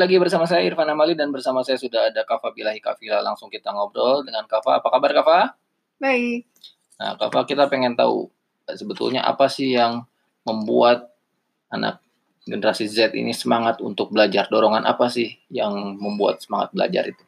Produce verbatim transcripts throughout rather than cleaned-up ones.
lagi bersama saya Irfan Amali dan bersama saya sudah ada Kafa Bilahi Kafila. Langsung kita ngobrol dengan Kafa. Apa kabar Kafa? Baik. Nah Kafa, kita pengen tahu sebetulnya apa sih yang membuat anak generasi Z ini semangat untuk belajar? Dorongan apa sih yang membuat semangat belajar itu?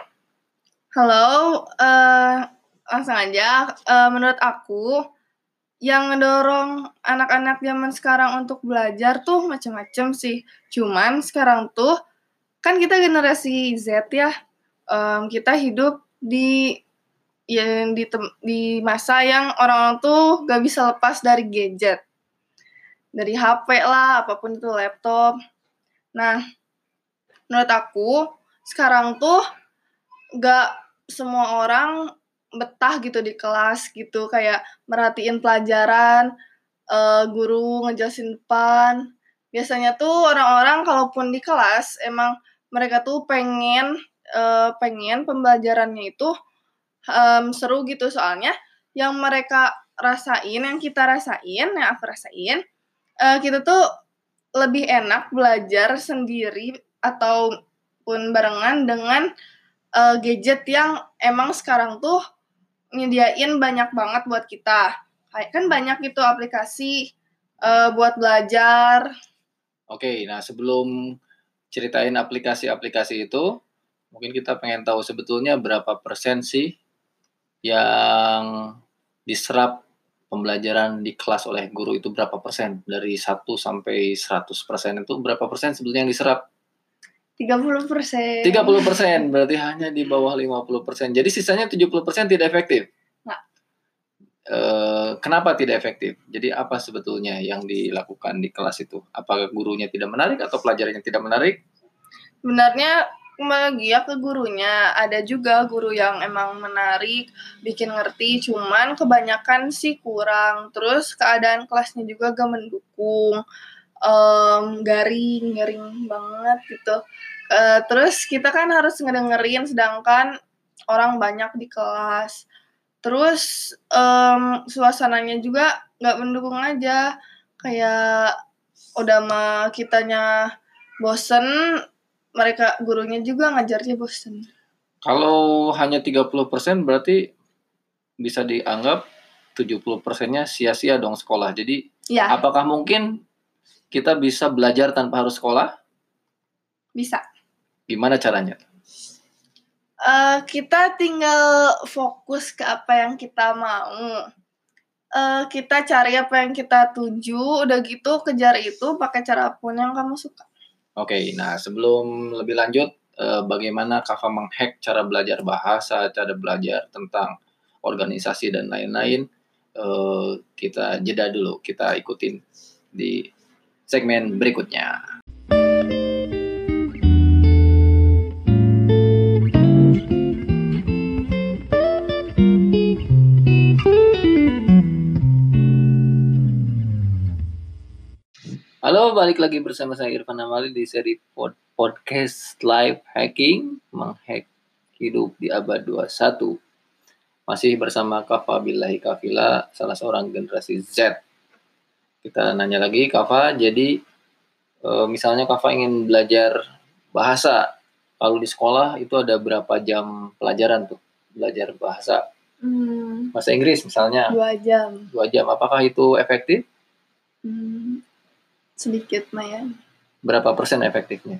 Halo, uh, langsung aja. Uh, menurut aku, yang ngedorong anak-anak zaman sekarang untuk belajar tuh macam-macam sih. Cuman sekarang tuh kan kita generasi Z ya, um, kita hidup di yang di, tem- di masa yang orang-orang tuh gak bisa lepas dari gadget, dari H P lah, apapun itu laptop. Nah, menurut aku sekarang tuh gak semua orang betah gitu di kelas gitu, kayak merhatiin pelajaran, uh, guru ngejelasin depan. Biasanya tuh orang-orang kalaupun di kelas emang mereka tuh pengen uh, pengen pembelajarannya itu um, seru gitu, soalnya yang mereka rasain, yang kita rasain, yang aku rasain, uh, kita tuh lebih enak belajar sendiri ataupun barengan dengan uh, gadget yang emang sekarang tuh nyediain banyak banget buat kita. Kayak kan banyak gitu aplikasi uh, buat belajar. Oke, nah sebelum ceritain aplikasi-aplikasi itu, mungkin kita pengen tahu sebetulnya berapa persen sih yang diserap pembelajaran di kelas oleh guru itu berapa persen? Dari satu sampai seratus persen itu berapa persen sebetulnya yang diserap? tiga puluh persen. tiga puluh persen, berarti hanya di bawah lima puluh persen. Jadi sisanya tujuh puluh persen tidak efektif? Nggak. E, kenapa tidak efektif? Jadi apa sebetulnya yang dilakukan di kelas itu? Apakah gurunya tidak menarik atau pelajarannya tidak menarik? Sebenarnya kembali lagi ya ke gurunya. Ada juga guru yang emang menarik, bikin ngerti, cuman kebanyakan sih kurang. Terus keadaan kelasnya juga gak mendukung, um, garing, garing banget gitu. Uh, terus kita kan harus ngedengerin sedangkan orang banyak di kelas. Terus um, suasananya juga gak mendukung aja. Kayak udah mah kitanya bosen, mereka gurunya juga ngajarnya bosen. Kalau hanya tiga puluh persen berarti bisa dianggap tujuh puluh persennya sia-sia dong sekolah. Jadi ya. Apakah mungkin kita bisa belajar tanpa harus sekolah? Bisa. Gimana caranya? Uh, kita tinggal fokus ke apa yang kita mau. Uh, kita cari apa yang kita tuju, udah gitu kejar itu pakai cara apapun yang kamu suka. Oke, okay, nah sebelum lebih lanjut, uh, bagaimana Kafa menghack cara belajar bahasa, cara belajar tentang organisasi dan lain-lain, uh, kita jeda dulu, kita ikutin di segmen berikutnya. Halo, balik lagi bersama saya Irfan Amali di seri pod- podcast live hacking, menghack hidup di abad dua puluh satu. Masih bersama Kafa Bilahi Kafila, salah seorang generasi Z. Kita nanya lagi, Kafa, jadi e, misalnya Kafa ingin belajar bahasa, kalau di sekolah itu ada berapa jam pelajaran tuh, belajar bahasa? Hmm, bahasa Inggris misalnya. Dua jam. Dua jam, apakah itu efektif? Hmm. Sedikit Maya. Berapa persen efektifnya?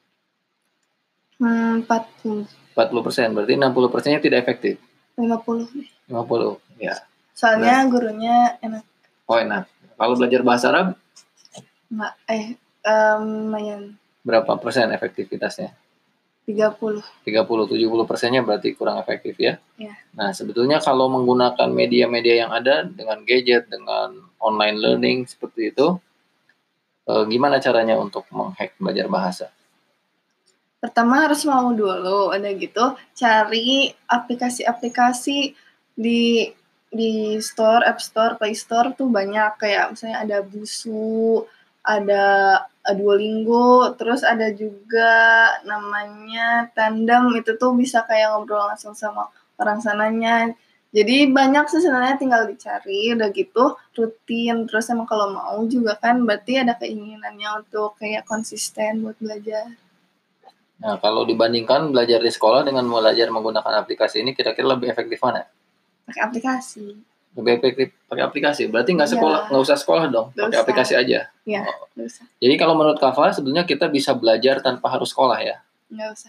Hmm, empat puluh. empat puluh persen, berarti enam puluh persennya tidak efektif? lima puluh. lima puluh, ya. Soalnya nah. gurunya enak. Oh enak. Kalau belajar bahasa Arab? Enggak, eh, um, lumayan. Berapa persen efektivitasnya? tiga puluh. tiga puluh, tujuh puluh persennya berarti kurang efektif ya? Ya. Nah sebetulnya kalau menggunakan media-media yang ada, dengan gadget, dengan online learning seperti itu, Eh, gimana caranya untuk menghack belajar bahasa? Pertama harus mau dulu, ada gitu cari aplikasi-aplikasi di di store, App Store, Play Store tuh banyak, kayak misalnya ada Busuu, ada Duolingo, terus ada juga namanya Tandem, itu tuh bisa kayak ngobrol langsung sama orang sananya. Jadi banyak sih sebenarnya, tinggal dicari, udah gitu rutin. Terus emang kalau mau juga kan berarti ada keinginannya untuk kayak konsisten buat belajar. Nah, kalau dibandingkan belajar di sekolah dengan belajar menggunakan aplikasi ini, kira-kira lebih efektif mana? Pakai aplikasi. Lebih efektif pakai aplikasi. Berarti nggak sekolah, nggak usah sekolah dong, Nggak pakai usah. aplikasi aja. Iya, Oh. nggak usah. Jadi kalau menurut Kava, sebenarnya kita bisa belajar tanpa harus sekolah ya? Nggak usah.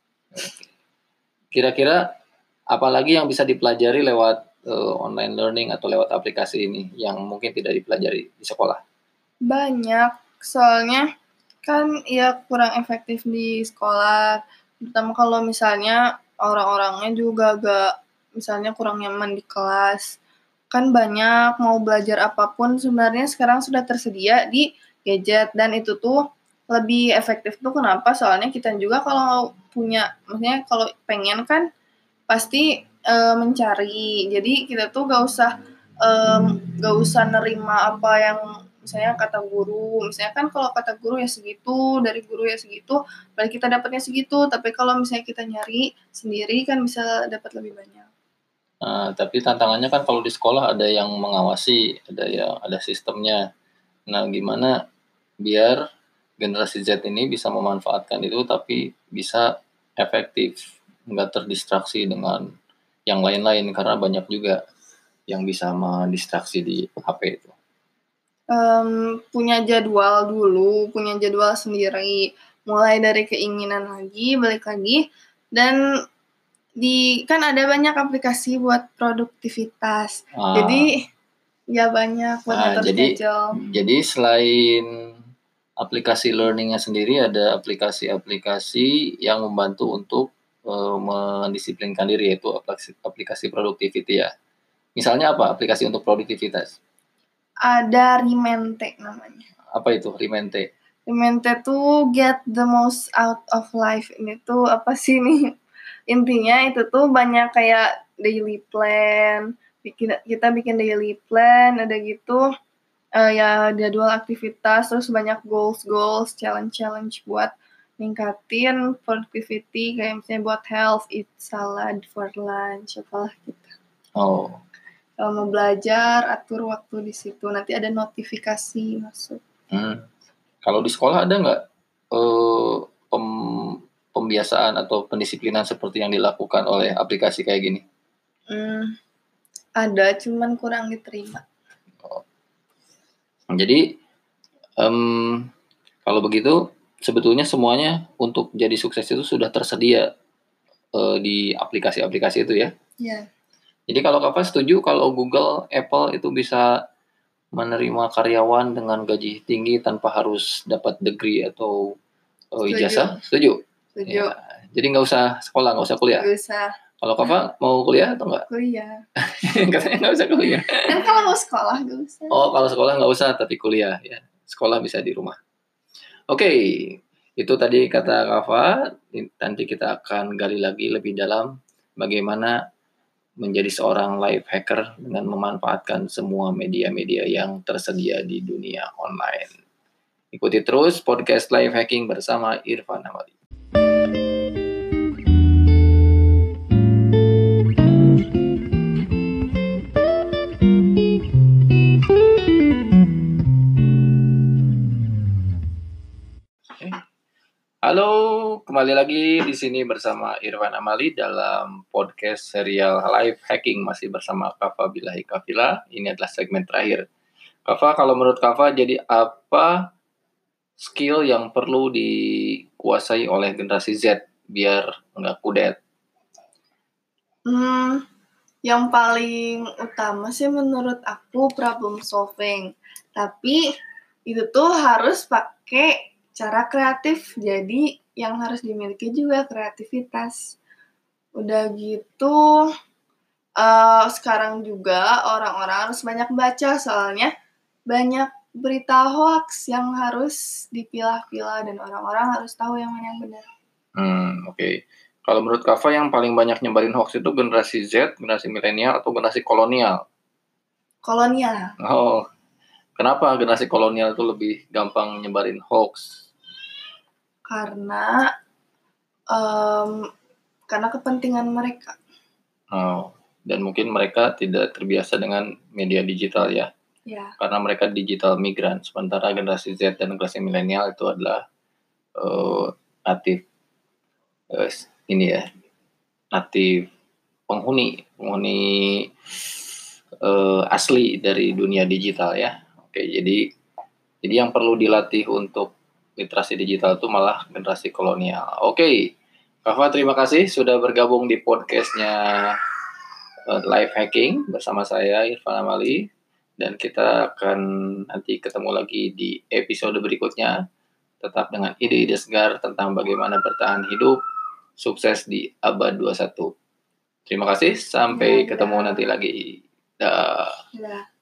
Kira-kira apalagi yang bisa dipelajari lewat uh, online learning atau lewat aplikasi ini yang mungkin tidak dipelajari di sekolah? Banyak, soalnya kan ya kurang efektif di sekolah, terutama kalau misalnya orang-orangnya juga agak misalnya kurang nyaman di kelas. Kan banyak mau belajar apapun sebenarnya sekarang sudah tersedia di gadget, dan itu tuh lebih efektif tuh kenapa? Soalnya kita juga kalau punya, maksudnya kalau pengen kan pasti uh, mencari. Jadi kita tuh gak usah um, gak usah nerima apa yang misalnya kata guru. Misalnya kan kalau kata guru ya segitu, dari guru ya segitu, berarti kita dapatnya segitu. Tapi kalau misalnya kita nyari sendiri kan bisa dapat lebih banyak. Nah, tapi tantangannya kan kalau di sekolah ada yang mengawasi, ada yang ada sistemnya. Nah, gimana biar generasi Z ini bisa memanfaatkan itu tapi bisa efektif, nggak terdistraksi dengan yang lain-lain, karena banyak juga yang bisa mendistraksi di H P itu. Um, punya jadwal dulu, punya jadwal sendiri, mulai dari keinginan lagi, balik lagi, dan di kan ada banyak aplikasi buat produktivitas, Ah. jadi ya banyak buat Nah, ngatur jadi, schedule. jadi selain aplikasi learning-nya sendiri, ada aplikasi-aplikasi yang membantu untuk uh, mendisiplinkan diri, yaitu aplikasi, aplikasi productivity ya. Misalnya apa aplikasi untuk produktivitas? Ada Rimente namanya. Apa itu Rimente? Rimente tuh get the most out of life. Ini tuh apa sih nih? Intinya itu tuh banyak kayak daily plan, bikin kita bikin daily plan, ada gitu uh, ya jadwal aktivitas, terus banyak goals goals, challenge challenge buat ningkatin productivity, kayak misalnya buat health, eat salad for lunch, apalah gitu. Oh. Kalau mau belajar, atur waktu di situ. Nanti ada notifikasi masuk. Hmm. Kalau di sekolah ada nggak uh, pem- pembiasaan atau pendisiplinan seperti yang dilakukan oleh aplikasi kayak gini? Hmm, ada, cuman kurang diterima. Oh. Jadi um, kalau begitu sebetulnya semuanya untuk jadi sukses itu sudah tersedia uh, di aplikasi-aplikasi itu ya? Ya. Jadi kalau Kakak setuju kalau Google, Apple itu bisa menerima karyawan dengan gaji tinggi tanpa harus dapat degree atau uh, ijazah? Setuju? Setuju. Ya. Jadi nggak usah sekolah, nggak usah kuliah? Nggak usah. Kalau Kakak mau kuliah atau nggak? Kuliah. Katanya nggak usah kuliah. Kan kalau mau sekolah nggak usah. Oh, kalau sekolah nggak usah, tapi kuliah ya. Sekolah bisa di rumah. Oke, itu tadi kata Kava. Nanti kita akan gali lagi lebih dalam bagaimana menjadi seorang life hacker dengan memanfaatkan semua media-media yang tersedia di dunia online. Ikuti terus podcast Life Hacking bersama Irfan Hamadi. Halo, kembali lagi di sini bersama Irfan Amali dalam podcast serial Life Hacking, masih bersama Kava Bilahi Kafila. Ini adalah segmen terakhir. Kava, kalau menurut Kava, jadi apa skill yang perlu dikuasai oleh generasi Z biar nggak kudet? Hmm, yang paling utama sih menurut aku problem solving. Tapi itu tuh harus pakai cara kreatif, jadi yang harus dimiliki juga kreativitas. Udah gitu, uh, sekarang juga orang-orang harus banyak baca, soalnya banyak berita hoax yang harus dipilah-pilah dan orang-orang harus tahu yang mana yang benar. Hmm, oke. Okay. Kalau menurut Kava yang paling banyak nyebarin hoax itu generasi Z, generasi milenial, atau generasi kolonial? Kolonial. Oh, kenapa generasi kolonial itu lebih gampang nyebarin hoax? Karena um, karena kepentingan mereka. Oh, dan mungkin mereka tidak terbiasa dengan media digital ya? Ya. Karena mereka digital migran. Sementara generasi Z dan generasi milenial itu adalah uh, native uh, ini ya, natif penghuni penghuni uh, asli dari dunia digital ya. Oke, jadi jadi yang perlu dilatih untuk literasi digital itu malah generasi kolonial. Oke, Kava terima kasih sudah bergabung di podcastnya uh, Life Hacking bersama saya Irfan Amali, dan kita akan nanti ketemu lagi di episode berikutnya, tetap dengan ide-ide segar tentang bagaimana bertahan hidup sukses di abad dua puluh satu. Terima kasih, sampai Ya, ketemu ya. nanti lagi. Dah. Ya.